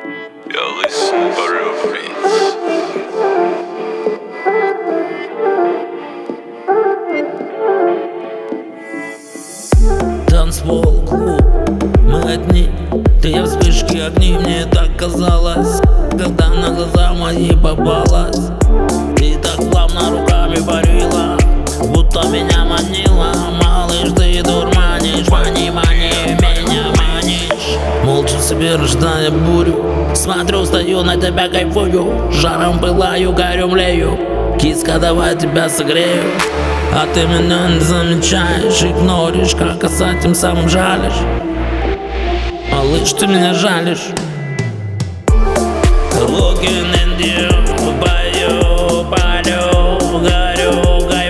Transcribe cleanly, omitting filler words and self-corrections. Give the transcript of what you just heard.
You're listening to Real Beats. Танцпол, клуб, мы одни. Ты в вспышке огней, мне так казалось, когда на глаза мои попалась. Ты так плавно руками парила, будто меня манила. Малыш, ты дурманишь, мани, меня манишь. Молча себе рождая бурю, смотрю, стою на тебя, кайфую. Жаром пылаю, горю, млею. Киска, давай тебя согрею. А ты меня не замечаешь, игноришь, как коса, тем самым жалишь. Малыш, ты меня жалишь. Looking in you, пою, палю, горю,